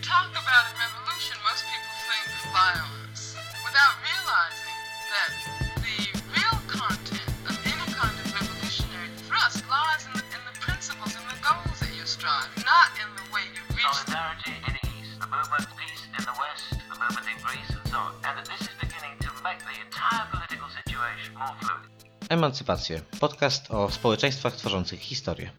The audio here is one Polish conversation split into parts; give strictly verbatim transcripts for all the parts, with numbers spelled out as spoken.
talk about a revolution, most people think violence, without realizing that the real content of any kind of revolutionary thrust lies in the, in the principles and the goals that you strive, not in the way you reach them. Solidarity in the East, the movement peace in the West, the movement in Greece and so on. And that this is beginning to make the entire political situation more fluid. Emancypacje. Podcast o społeczeństwach tworzących historię.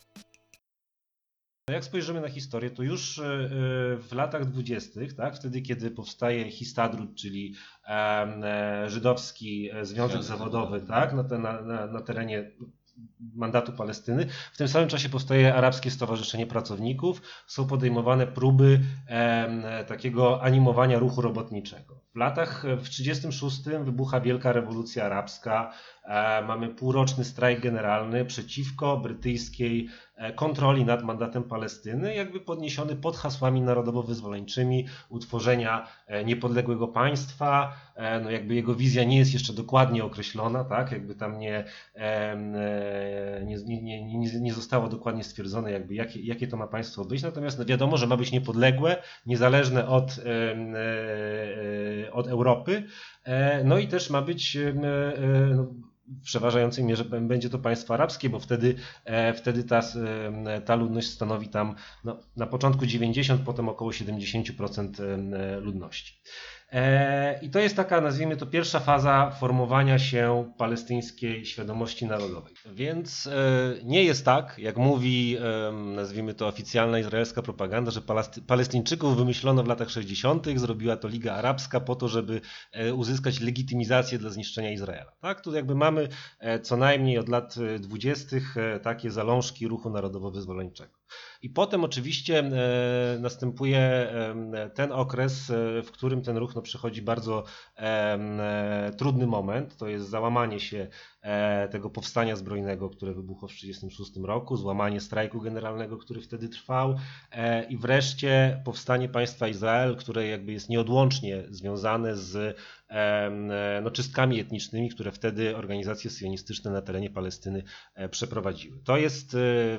Jak spojrzymy na historię, to już w latach dwudziestych, tak, wtedy kiedy powstaje Histadrut, czyli e, żydowski związek zawodowy, tak, na, te, na, na, na terenie mandatu Palestyny, w tym samym czasie powstaje Arabskie Stowarzyszenie Pracowników, są podejmowane próby e, takiego animowania ruchu robotniczego. W latach, w trzydziestym szóstym wybucha Wielka Rewolucja Arabska, e, mamy półroczny strajk generalny przeciwko brytyjskiej kontroli nad mandatem Palestyny, jakby podniesiony pod hasłami narodowo-wyzwoleńczymi utworzenia niepodległego państwa. No jakby jego wizja nie jest jeszcze dokładnie określona, tak? Jakby tam nie, nie, nie, nie, nie zostało dokładnie stwierdzone, jakby jakie, jakie to ma państwo być. Natomiast no wiadomo, że ma być niepodległe, niezależne od, od Europy. No i też ma być no, w przeważającej mierze będzie to państwo arabskie, bo wtedy, e, wtedy ta, e, ta ludność stanowi tam no, na początku dziewięćdziesiąt procent, potem około siedemdziesiąt procent e, ludności. E, I to jest taka, nazwijmy to, pierwsza faza formowania się palestyńskiej świadomości narodowej. Więc e, nie jest tak, jak mówi, e, nazwijmy to, oficjalna izraelska propaganda, że Palesty- Palestyńczyków wymyślono w latach sześćdziesiątych, zrobiła to Liga Arabska po to, żeby e, uzyskać legitymizację dla zniszczenia Izraela. Tak? Tu jakby mamy e, co najmniej od lat dwudziestych e, takie zalążki ruchu narodowo-wyzwoleńczego. I potem oczywiście e, następuje e, ten okres, e, w którym ten ruch no, przechodzi bardzo e, e, trudny moment. To jest załamanie się e, tego powstania zbrojnego, które wybuchło w tysiąc dziewięćset trzydziestym szóstym roku, złamanie strajku generalnego, który wtedy trwał e, i wreszcie powstanie państwa Izrael, które jakby jest nieodłącznie związane z e, no, czystkami etnicznymi, które wtedy organizacje sionistyczne na terenie Palestyny e, przeprowadziły. To jest e,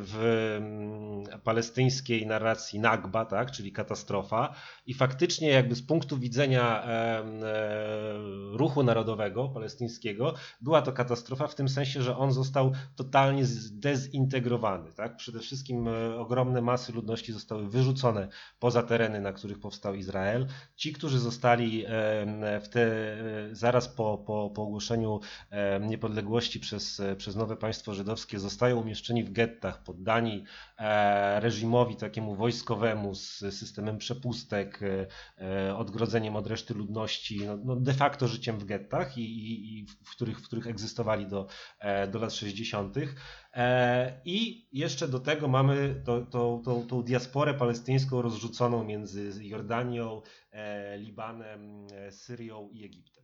w palestyńskiej narracji Nakba, tak, czyli katastrofa, i faktycznie jakby z punktu widzenia e, e, ruchu narodowego palestyńskiego była to katastrofa w tym sensie, że on został totalnie zdezintegrowany. Tak? Przede wszystkim e, ogromne masy ludności zostały wyrzucone poza tereny, na których powstał Izrael. Ci, którzy zostali e, w te, e, zaraz po, po, po ogłoszeniu e, niepodległości przez, przez nowe państwo żydowskie, zostają umieszczeni w gettach, poddani e, reżimowi takiemu wojskowemu z systemem przepustek, odgrodzeniem od reszty ludności, no, no de facto życiem w gettach, i, i, i w, których, w których egzystowali do, do lat sześćdziesiątych. I jeszcze do tego mamy to, to, to, tą diasporę palestyńską rozrzuconą między Jordanią, Libanem, Syrią i Egiptem.